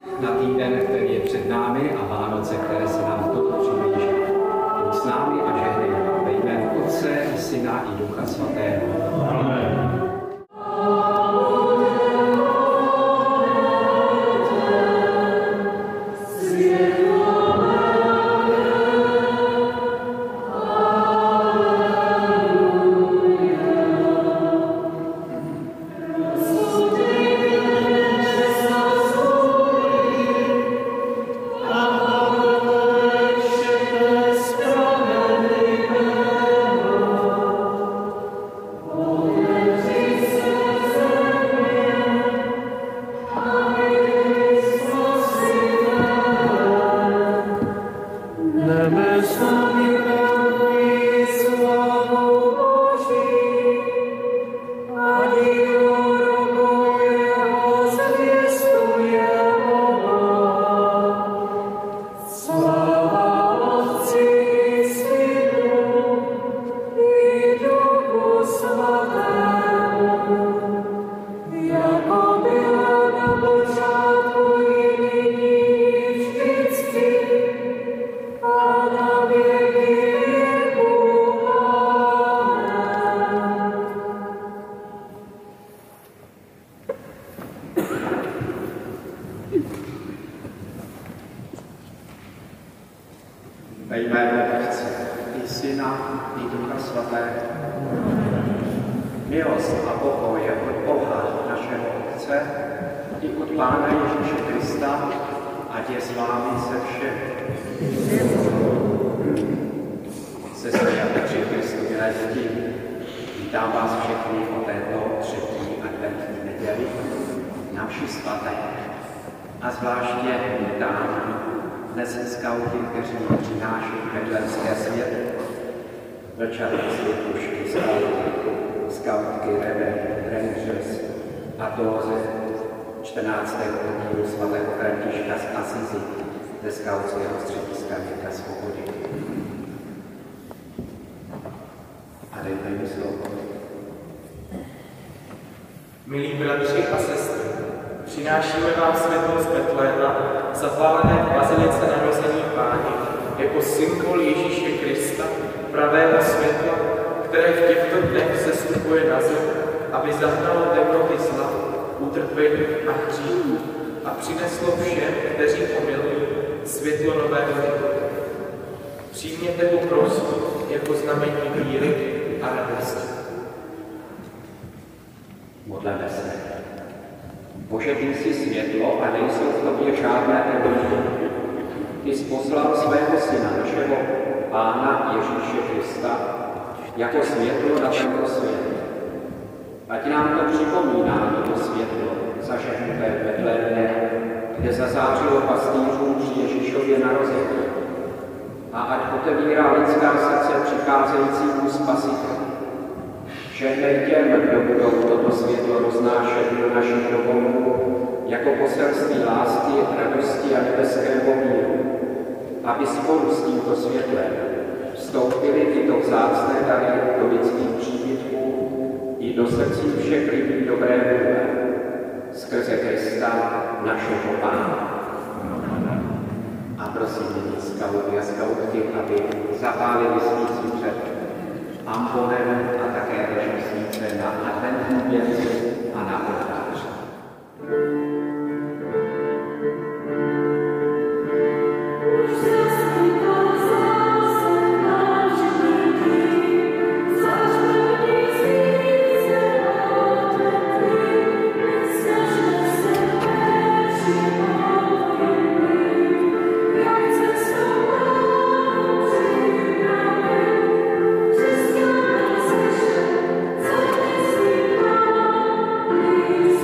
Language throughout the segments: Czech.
Na týden, který je před námi a Vánoce, které se nám toto přiblíží. Buď s námi a žehnej nám ve jménu Otce i Syna i Ducha Svatého. Amen. Ve jménu Otce i Syna i Ducha Svatého. Milost a pokoj od Boha našeho Otce i od Pána Ježíše Krista, ať je s vámi se všemi. Sestry a bratři Kristu, milé děti, vítám vás všechny o této třetí adventní neděli na vši svaté. A zvláště vítám dnes skauty, kteří přináší betlémské světlo. Vlčané světlušky, skautky Rangers a dóze 14. oddílu svatého Františka z Asizi ze skautského střediska Věka svobody. A dejte mi slovo. Milí bratři a sestry, přinášíme vám světlo z Betléma, zapálené v bazilice narození Páně, jako symbol Ježíše Krista, pravého světla, které v těchto dnech sestupuje na zem, aby zahnalo temnoty zla, utrpení a hříchu a přineslo všem, kteří ho milují, světlo nového života. Přijměte ho prosím jako znamení víry a radosti. Modleme se. Bože, ty jsi světlo a nejsou v tobě žádné temnoty. Ty jsi poslal svého Syna, našeho Pána Ježíše Krista, jako světlo na tento svět. Ať nám to připomíná, toto světlo, zažehnuté v Betlémě, kde zazářilo pastýřům při Ježíšově narození. A ať otevírá lidská srdce přicházejícímu Spasiteli. Žehnej těm, kdo budou toto světlo roznášet do našich domovů jako poselství lásky, radosti a nebeského míru, aby spolu s tímto světlem vstoupili tyto vzácné dary do lidských příbytků i do srdcí všech lidí dobré vůle, skrze Krista, našeho Pána. A prosím nyní skauty a skautky, aby zapálili svíci před ambonem a také drží svíce na adventní věci a na oltář. Please.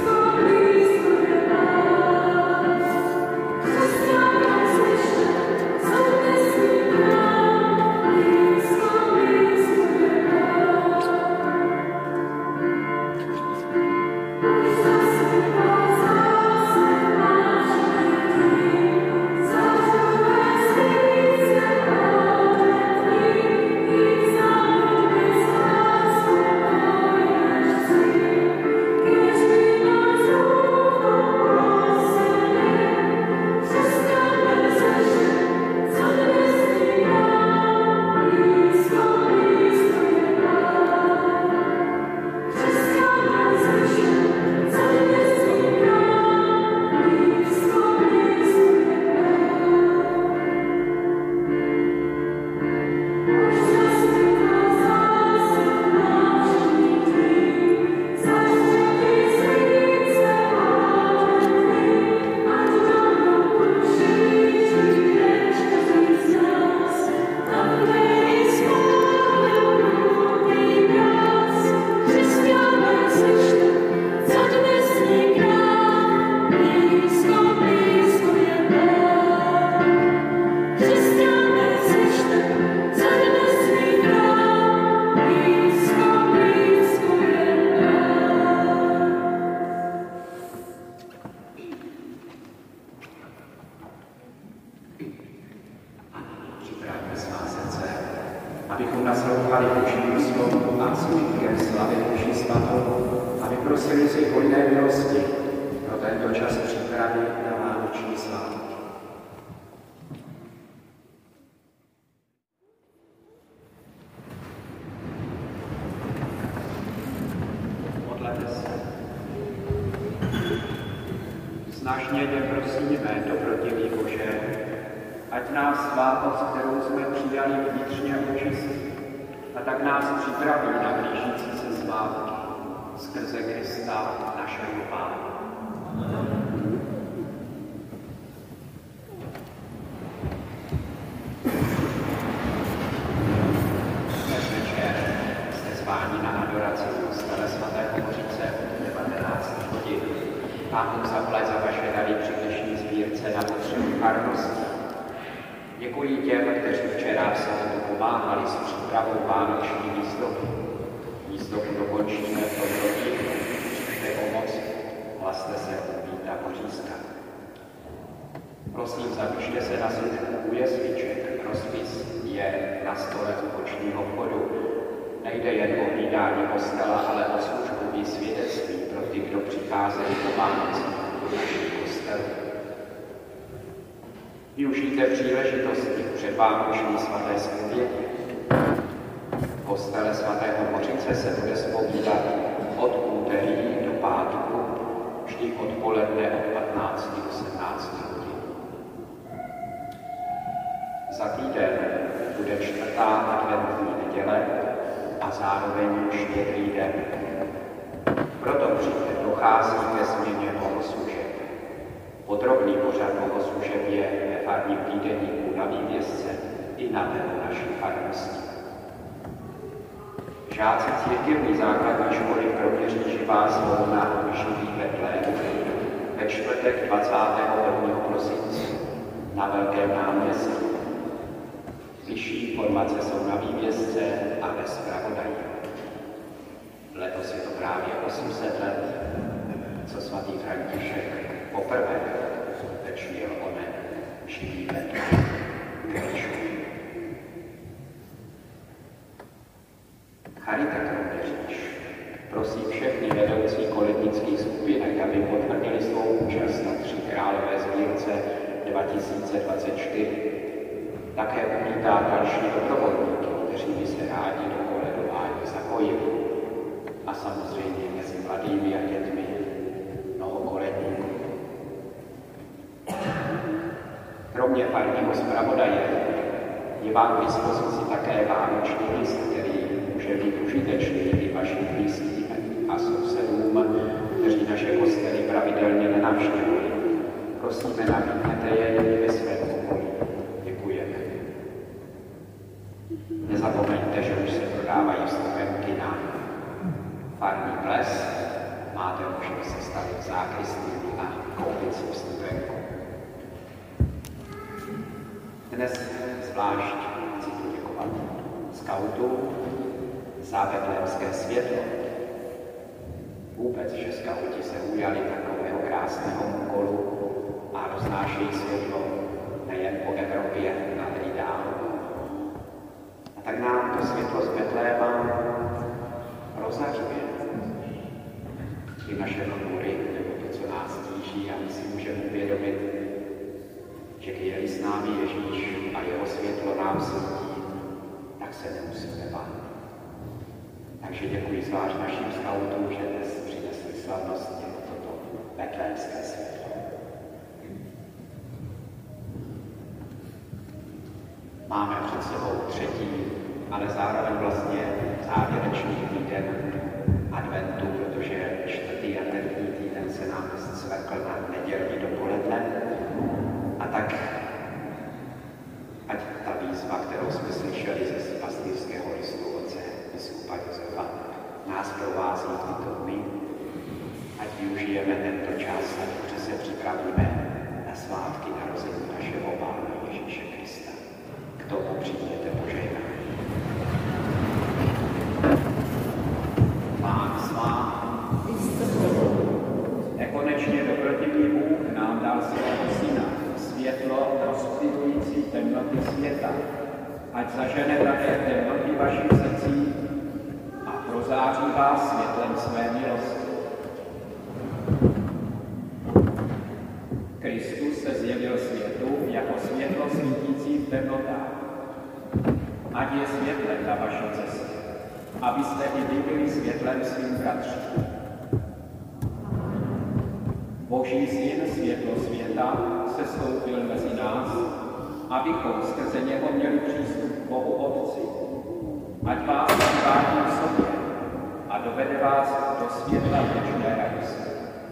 naslouchali Božímu slovu a cvikem slavy Boží svatou a vyprosili si hojné milosti pro tento čas přípravy na vánoční svátky. Modlete se. Snažně tě prosíme, dobrotivý Bože, ať nás svátost, kterou jsme přijali, vnitřně očistí, a tak nás připraví na blížící se svátky skrze Krista, našeho Pána. Dnes večer jste zváni na adoraci v kostele svatého Mořice od 19 hodin. Pán Bůh zaplať za vaše dary při dnešní sbírce na potřebu farnosti. Děkuji těm, kteří včera v sobotu pomáhali s přípravou vánoční výzdoby. Výzdobu dokončíme v tomto týdnu. Přijďte pomoc, hlaste se Víta Mořízka. Prosím, zapište se na světku u jesliček. Rozpis je na stole u bočního vchodu. Nejde jen o hlídání kostela, ale o službu i svědectví pro ty, kdo přicházejí po Vánocích do našich kostelů. Využijte příležitosti předvánoční svaté zpovědi. V kostele svatého Mořice se bude zpovídat od úterý do pátku, vždy odpoledne od 15 do 17 hodin. Za týden bude 4. adventní neděle a zároveň Štědrý den. Proto dochází ke změně bohoslužeb. Podrobný pořad bohoslužeb je ve farním týdeníku na vývězce i na webu naší farnosti. Žáci církevní základní školy v Kroměříži vás zvou na živý Betlém ve čtvrtek 21. prosince na Velkém náměstí. Bližší informace jsou na vývězce a ve zpravodaji. Letos je to právě 800 let, co svatý František poprvé utečnil onen živý Betlém v Kroměříži. Charita Kroměříž prosí všechny vedoucí kolednických skupinek, aby potvrdili svou účast na Tří králové sbírce 2024. Také uvítá další dobrovolníky, kteří by se rádi do koledování zapojili. A samozřejmě mezi mladými a dětmi mnoho koledníků. Kromě farního zpravodaje je vám k dispozici také vánoční list, který může být užitečný i vašim blízkým a sousedům, kteří naše kostely pravidelně nenavštěvují. Prosíme, nabídněte je i ve svém okolí. Děkujeme. Nezapomeňte, že už se prodávají vstupenky na farní ples. Máte možnost se stavit v zákristii a koupit si vstupenku. Dnes zvlášť chci poděkovat skautům za betlémské světlo. Vůbec, že skauti se ujali takového krásného úkolu a roznášejí světlo nejen po Evropě, ale i dál. A tak nám to světlo z Betléma rozzařuje i naše chmury, nebo to, co nás tíží, a my si můžeme uvědomit, že když s námi Ježíš a jeho světlo nám svítí, tak se nemusíme bát. Takže děkuji zvlášť našim skautům, že dnes přinesli slavnostně toto betlémské světlo. Máme před sebou třetí, ale zároveň vlastně závěrečný týden adventu, protože čtvrtý adventní týden se nám zvekl na nedělní dopoledne. A tak, ať ta výzva, kterou jsme slyšeli ze pastýřského listu otce biskupa Josefa, nás provází v tyto dny, ať využijeme tento čas a dobře se připravíme na svátky narození našeho Pána Ježíše Krista. K tomu přijměte požehnání. Pán s vámi. Nekonečně dobrotivý Bůh nám dal svého Syna, světlo rozptýlující temnoty světa. ať zažene také temnoty vašich srdcí a prozáří vás světlem své milosti. Kristus se zjevil světu jako světlo svítící v temnotách. Ať je světlem na vaší cestě, abyste i vy byli světlem svým bratřím. Boží syn, světlo světa, se stoupil mezi nás, abychom skrze něho měli přístup k Bohu Otci. Ať vás přivádí k sobě a dovede vás do světla věčné radosti.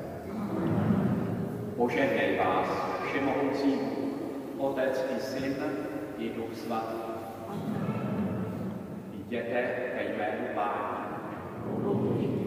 Požehnej vás, všemohoucí Otec i Syn i Duch Svatý. Jděte ve jménu Páně.